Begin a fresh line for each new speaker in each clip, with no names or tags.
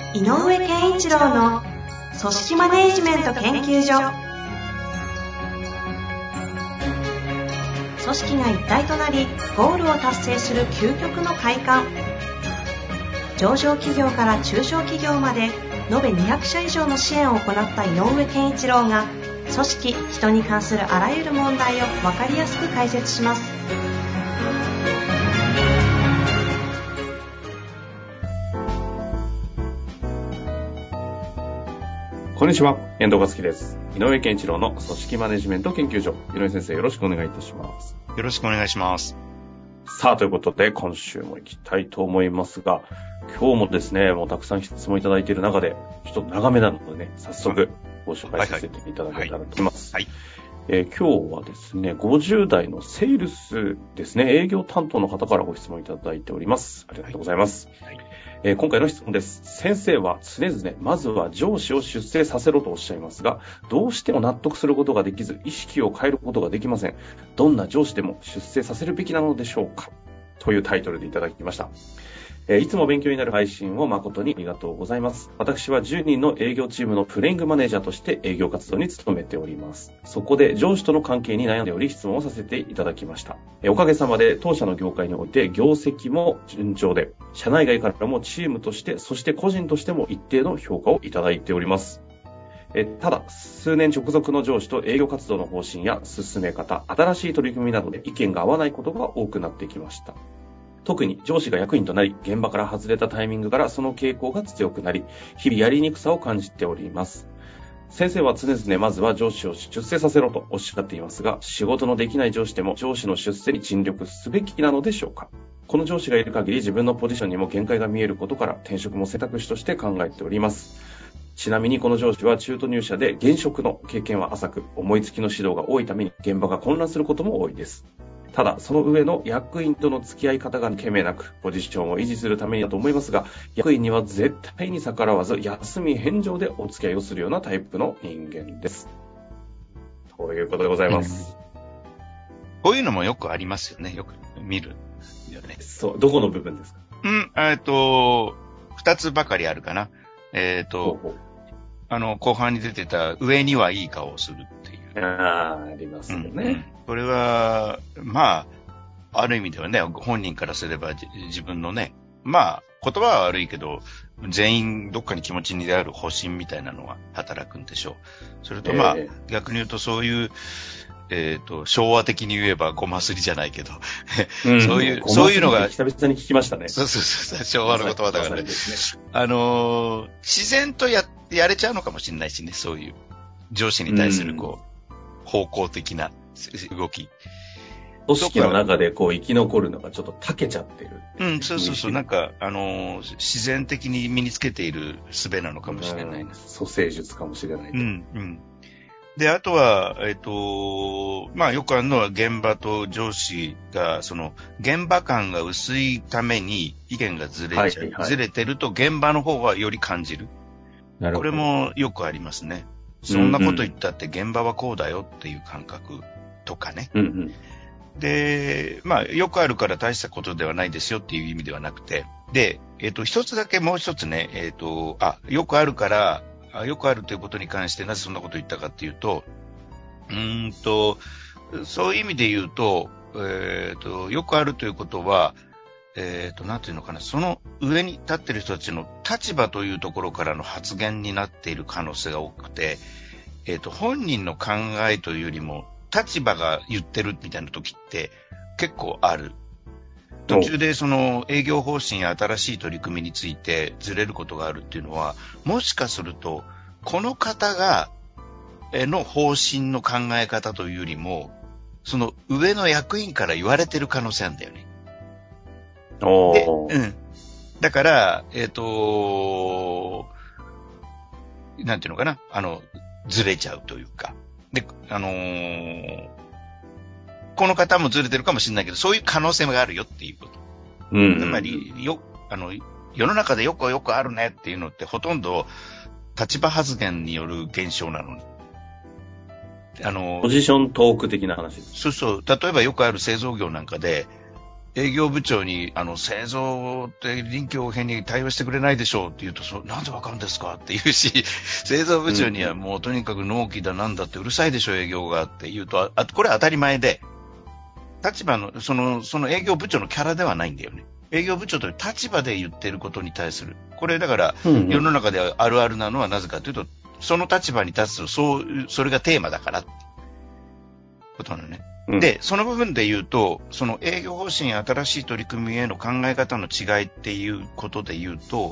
井上健一郎の組織マネジメント研究所。組織が一体となりゴールを達成する究極の快感。上場企業から中小企業まで延べ200社以上の支援を行った井上健一郎が、組織・人に関するあらゆる問題を分かりやすく解説します。
こんにちは、遠藤和樹です。井上健一郎の組織マネジメント研究所。井上先生、よろしくお願いいたします。
よろしくお願いします。
さあ、ということで今週も行きたいと思いますが、今日もですね、もうたくさん質問いただいている中で、ちょっと長めなのでね、早速ご紹介させていただけたらと思います。今日はですね、50代のセールスですね、営業担当の方からご質問いただいております。ありがとうございます。今回の質問です。先生は常々まずは上司を出世させろとおっしゃいますが、どうしても納得することができず、意識を変えることができません。どんな上司でも出世させるべきなのでしょうか、というタイトルでいただきました。いつも勉強になる配信を誠にありがとうございます。私は10人の営業チームのプレイングマネージャーとして営業活動に努めております。そこで上司との関係に悩んでおり質問をさせていただきました。おかげさまで当社の業界において業績も順調で、社内外からもチームとして、そして個人としても一定の評価をいただいております。ただ、数年直属の上司と営業活動の方針や進め方、新しい取り組みなどで意見が合わないことが多くなってきました。特に上司が役員となり、現場から外れたタイミングからその傾向が強くなり、日々やりにくさを感じております。先生は常々まずは上司を出世させろとおっしゃっていますが、仕事のできない上司でも上司の出世に尽力すべきなのでしょうか。この上司がいる限り自分のポジションにも限界が見えることから、転職も選択肢として考えております。ちなみにこの上司は中途入社で現職の経験は浅く、思いつきの指導が多いために現場が混乱することも多いです。ただ、その上の役員との付き合い方が懸命なく、ポジションを維持するためにだと思いますが、役員には絶対に逆らわず、休み返上でお付き合いをするようなタイプの人間です。ということでございます。
こういうのもよくありますよね。よく見るよね。
そう、どこの部分ですか？
二つばかりあるかな。後半に出てた上にはいい顔をするっていう。
ありますよね。
これは、まあ、ある意味ではね、本人からすれば自分のね、まあ、言葉は悪いけど、全員どっかに気持ちにある方針みたいなのが働くんでしょう。それとまあ、逆に言うとそういう、昭和的に言えばごますりじゃないけど、そういうのが、
久々に聞きましたね。
そう、昭和の言葉だからね。自然とやれちゃうのかもしれないしね、そういう上司に対する方向的な動き。
組織の中で生き残るのがちょっと長けちゃってる。
そう。なんか、自然的に身につけている術なのかもしれないな。
蘇生術かもしれない。
で、あとは、まあ、よくあるのは現場と上司が、現場感が薄いために意見がずれてると現場の方はより感じる。なるほど。これもよくありますね。そんなこと言ったって現場はこうだよっていう感覚とかね。で、まあ、よくあるから大したことではないですよっていう意味ではなくて、で、一つだけもう一つね、よくあるということに関してなぜそんなことを言ったかっていうと、そういう意味で言うと、よくあるということは、なんていうのかな、その上に立っている人たちの立場というところからの発言になっている可能性が多くて、本人の考えというよりも、立場が言ってるみたいな時って結構ある。途中でその営業方針や新しい取り組みについてずれることがあるっていうのは、もしかするとこの方がの方針の考え方というよりも、その上の役員から言われてる可能性あるんだよね。だから、なんていうのかな、ずれちゃうというか。で、この方もずれてるかもしれないけど、そういう可能性があるよっていうこと。つまり、世の中でよくあるねっていうのってほとんど立場発言による現象なのに。
ポジショントーク的な話です。
そう。例えばよくある製造業なんかで、 営業部長に、製造って臨機応変に対応してくれないでしょうって言うと、なんでわかるんですかって言うし、製造部長にはもうとにかく納期だなんだってうるさいでしょ営業がって言うと、これは当たり前で、立場の、その営業部長のキャラではないんだよね。営業部長という立場で言ってることに対する。これだから、世の中であるあるなのはなぜかというと、その立場に立つと、それがテーマだからってことなのね。で、その部分で言うと、その営業方針や新しい取り組みへの考え方の違いっていうことで言うと、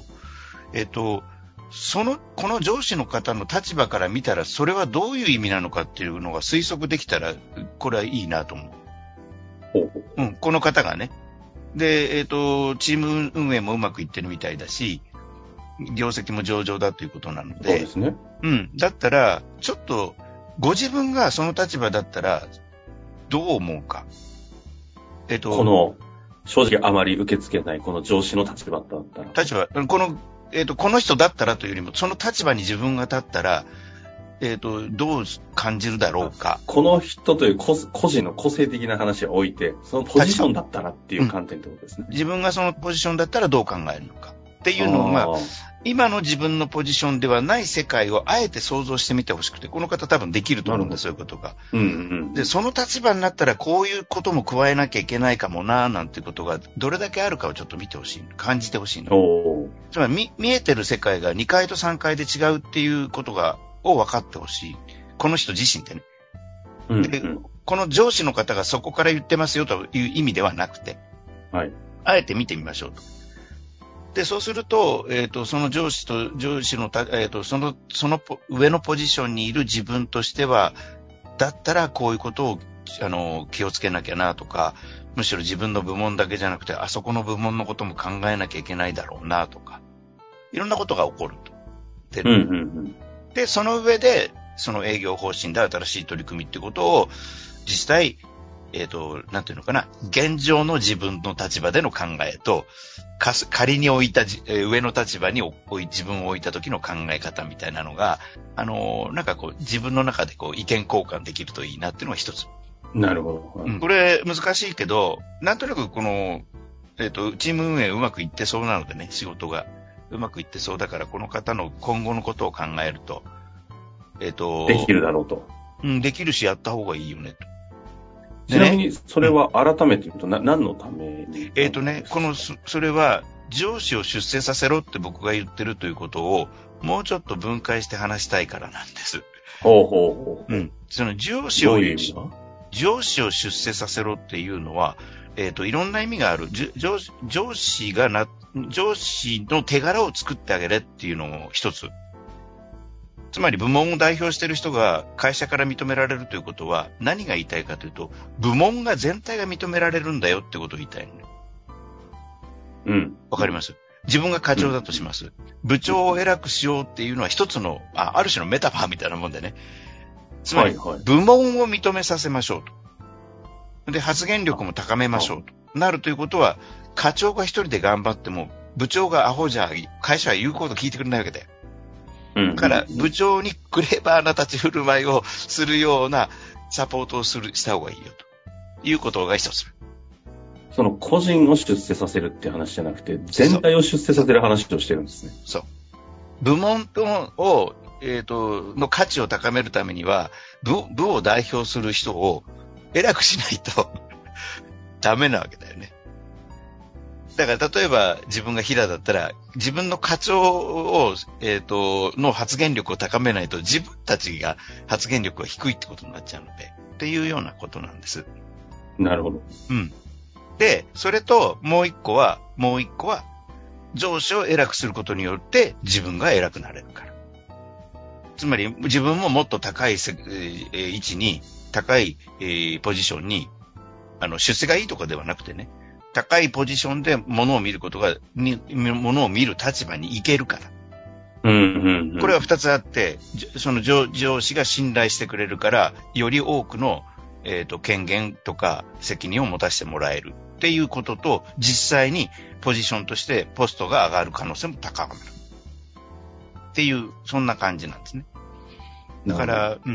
この上司の方の立場から見たら、それはどういう意味なのかっていうのが推測できたら、これはいいなと思う。この方がね。で、チーム運営もうまくいってるみたいだし、業績も上々だということなので、
そうですね。
だったら、ちょっと、ご自分がその立場だったら、どう思うか。
この、正直あまり受け付けない、この上司の立場だったら。
この人だったらというよりも、その立場に自分が立ったら、どう感じるだろうか。
この人という個人の個性的な話を置いて、そのポジションだったらっていう観点ってことですね。
自分がそのポジションだったらどう考えるのか。っていうのを、今の自分のポジションではない世界をあえて想像してみてほしくて、この方多分できると思うんです、そういうことが。で、その立場になったらこういうことも加えなきゃいけないかもな、なんていうことがどれだけあるかをちょっと見てほしい、感じてほしいの。つまり見えてる世界が2階と3階で違うっていうことを分かってほしい。この人自身でね。で、この上司の方がそこから言ってますよという意味ではなくて、あえて見てみましょうと。で、そうすると、その上司のその上のポジションにいる自分としては、だったらこういうことを、気をつけなきゃなとか、むしろ自分の部門だけじゃなくて、あそこの部門のことも考えなきゃいけないだろうなとか、いろんなことが起こると。で、その上で、その営業方針で新しい取り組みってことを、実際、なんていうのかな、現状の自分の立場での考えと、仮に置いた、上の立場に自分を置いた時の考え方みたいなのが、なんかこう、自分の中でこう、意見交換できるといいなっていうのが一つ。
なるほど。
これ難しいけど、なんとなくこの、チーム運営うまくいってそうなのでね、仕事がうまくいってそうだから、この方の今後のことを考えると、
できるだろうと。
できるしやった方がいいよねと。
ちなみに、それは改めて言うと、何のために？
それは、上司を出世させろって僕が言ってるということを、もうちょっと分解して話したいからなんです。その上司を出世させろっていうのは、いろんな意味がある。上司の手柄を作ってあげれっていうのも一つ。つまり部門を代表している人が会社から認められるということは何が言いたいかというと、部門が全体が認められるんだよってことを言いたいのね。わかります？自分が課長だとします。部長を偉くしようっていうのは一つの、ある種のメタファーみたいなもんでね。つまり、部門を認めさせましょうと。で、発言力も高めましょうと。なるということは、課長が一人で頑張っても、部長がアホじゃ、会社は言うこと聞いてくれないわけだよ。だから、部長にクレバーな立ち振る舞いをするようなサポートをした方がいいよということが一つ。
その個人を出世させるって話じゃなくて、全体を出世させる話をしてるんですね。
そう。部門の価値を高めるためには、部を代表する人を偉くしないとダメなわけだよね。だから例えば自分が平だったら自分の課長を、の発言力を高めないと自分たちが発言力が低いってことになっちゃうのでっていうようなことなんです。
なるほど。
で、それともう一個は上司を偉くすることによって自分が偉くなれるから。つまり自分ももっと高い位置に高いポジションに出世がいいとかではなくてね。高いポジションで物を見る物を見る立場に行けるから。これは二つあって、その上司が信頼してくれるから、より多くの、権限とか責任を持たせてもらえるっていうことと、実際にポジションとしてポストが上がる可能性も高まる。っていう、そんな感じなんですね。だから、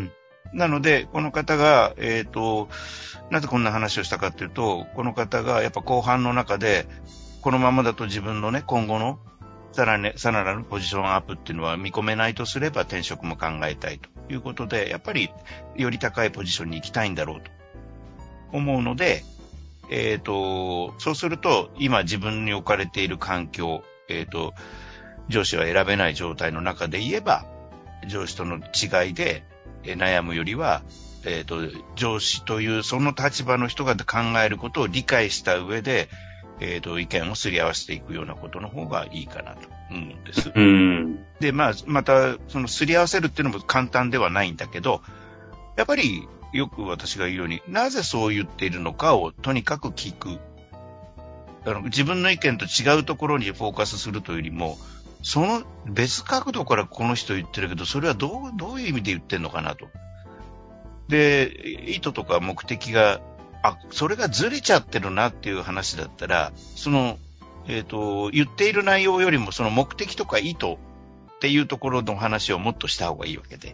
なので、この方が、なぜこんな話をしたかというと、この方がやっぱ後半の中で、このままだと自分のね、今後のさらなるポジションアップっていうのは見込めないとすれば転職も考えたいということで、やっぱりより高いポジションに行きたいんだろうと思うので、そうすると、今自分に置かれている環境、上司は選べない状態の中で言えば、上司との違いで悩むよりは、上司というその立場の人が考えることを理解した上で、意見をすり合わせていくようなことの方がいいかなと思うんです。で、また、そのすり合わせるっていうのも簡単ではないんだけど、やっぱりよく私が言うように、なぜそう言っているのかをとにかく聞く。自分の意見と違うところにフォーカスするというよりも、その別角度からこの人言ってるけど、それはどういう意味で言ってんのかなと。で、意図とか目的が、それがずれちゃってるなっていう話だったら、言っている内容よりもその目的とか意図っていうところの話をもっとした方がいいわけで。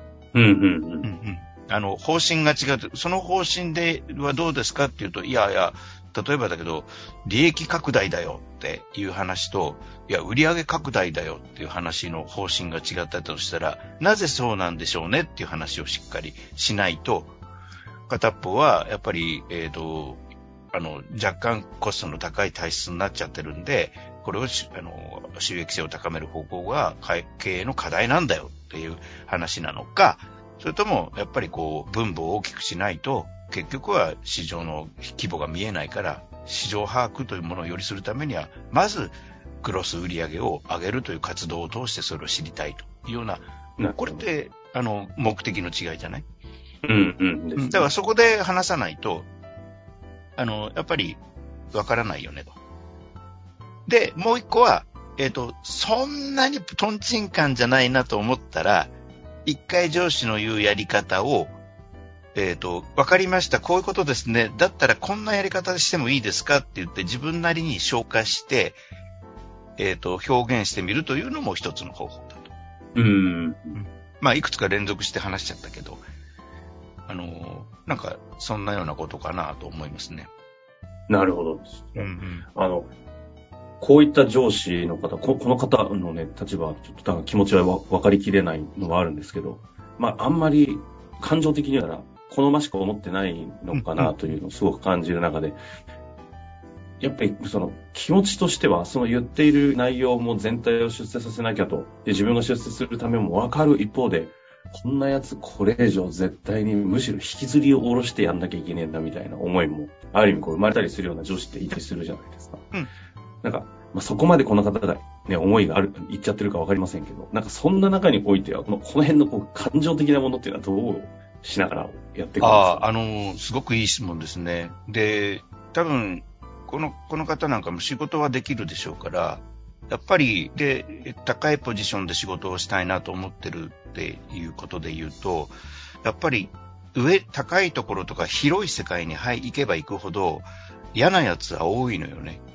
方針が違う。その方針ではどうですかっていうと、いや、例えばだけど、利益拡大だよっていう話と、いや、売上拡大だよっていう話の方針が違ったとしたら、なぜそうなんでしょうねっていう話をしっかりしないと、片っぽは、やっぱり、若干コストの高い体質になっちゃってるんで、これを収益性を高める方向が経営の課題なんだよっていう話なのか、それとも、やっぱり分母を大きくしないと、結局は市場の規模が見えないから、市場把握というものをよりするためには、まず、グロス売上を上げるという活動を通してそれを知りたいというような、これって、目的の違いじゃない？だからそこで話さないと、やっぱりわからないよねと。で、もう一個は、そんなにトンチンカンじゃないなと思ったら、一回上司の言うやり方を、わかりました、こういうことですね。だったらこんなやり方してもいいですかって言って自分なりに消化して、表現してみるというのも一つの方法だと。いくつか連続して話しちゃったけど、なんか、そんなようなことかなと思いますね。
なるほどですね。こういった上司の方、この方のね、立場、ちょっと気持ちは分かりきれないのはあるんですけど、あんまり感情的には好ましく思ってないのかなというのをすごく感じる中で、やっぱりその気持ちとしては、その言っている内容も全体を出世させなきゃと、で自分が出世するためも分かる一方で、こんなやつこれ以上絶対にむしろ引きずりを下ろしてやんなきゃいけねえんだみたいな思いも、ある意味生まれたりするような上司っていたりするじゃないですか。なんか、そこまでこの方がね、思いが言っちゃってるかわかりませんけど、なんかそんな中においては、この辺の感情的なものっていうのはどうしながらやっていくんですか？
すごくいい質問ですね。で、多分、この方なんかも仕事はできるでしょうから、やっぱり、で、高いポジションで仕事をしたいなと思ってるっていうことで言うと、やっぱり高いところとか広い世界に行けば行くほど嫌なやつは多いのよね。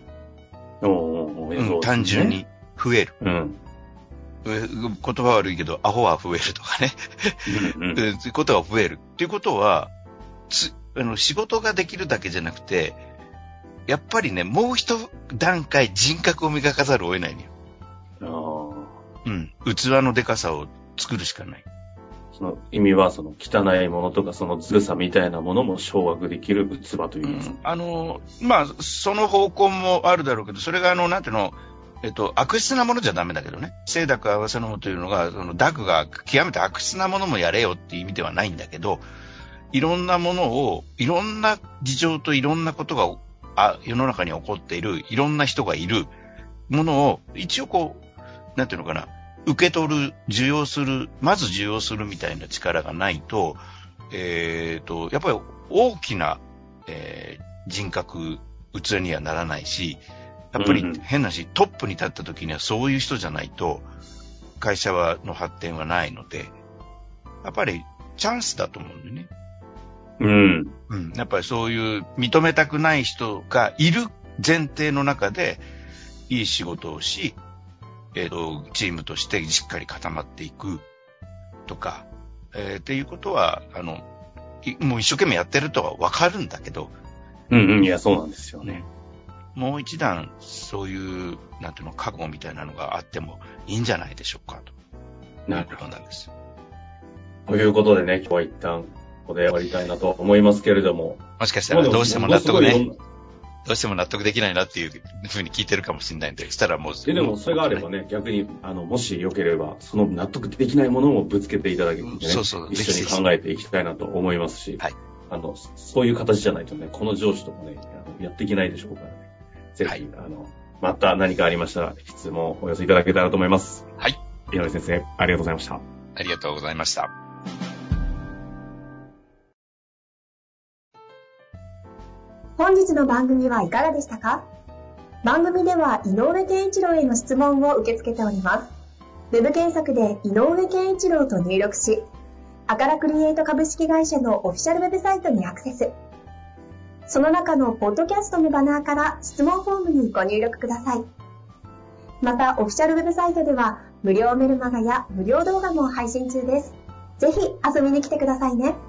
単純に増える。言葉悪いけど、アホは増えるとかね。そういうことが増える。っていうことは、仕事ができるだけじゃなくて、やっぱりね、もう一段階人格を磨かざるを得ないのよ。器のでかさを作るしかない。
その意味は、その汚いものとか、そのずるさみたいなものも掌握できる器といいますか。
その方向もあるだろうけど、それがなんていうの、悪質なものじゃダメだけどね。清濁合わせのもというのが、濁が極めて悪質なものもやれよっていう意味ではないんだけど、いろんなものを、いろんな事情といろんなことが世の中に起こっている、いろんな人がいるものを、一応なんていうのかな、受け取る、まず受容するみたいな力がないと、やっぱり大きな、人格、器にはならないし、やっぱり変なし、トップに立った時にはそういう人じゃないと、会社の発展はないので、やっぱりチャンスだと思うんだよね。やっぱりそういう認めたくない人がいる前提の中でいい仕事をし、チームとしてしっかり固まっていくとか、 っていうことは、もう一生懸命やってるとはわかるんだけど。
いや、そうなんですよね。
もう一段、そういう、なんていうの、覚悟みたいなのがあってもいいんじゃないでしょうか、と。
なるほど。
なんです。
ということでね、今日は一旦、ここで終わりたいなと思いますけれども。
もしかしたらどうしても納得ね。どうしても納得できないなっていうふうに聞いてるかもしれないんで、したらもう。
でもそれがあればね、逆に、もしよければ、その納得できないものもぶつけていただけてね、一緒に考えていきたいなと思いますし、はい。そういう形じゃないとね、この上司ともね、やっていけないでしょうからね。ぜひ、はい、また何かありましたら、質問をお寄せいただけたらと思います。
はい。
井上先生、ありがとうございました。
ありがとうございました。
本日の番組はいかがでしたか？番組では井上健一郎への質問を受け付けております。ウェブ検索で井上健一郎と入力し、アカラクリエイト株式会社のオフィシャルウェブサイトにアクセス。その中のポッドキャストのバナーから質問フォームにご入力ください。また、オフィシャルウェブサイトでは無料メルマガや無料動画も配信中です。ぜひ遊びに来てくださいね。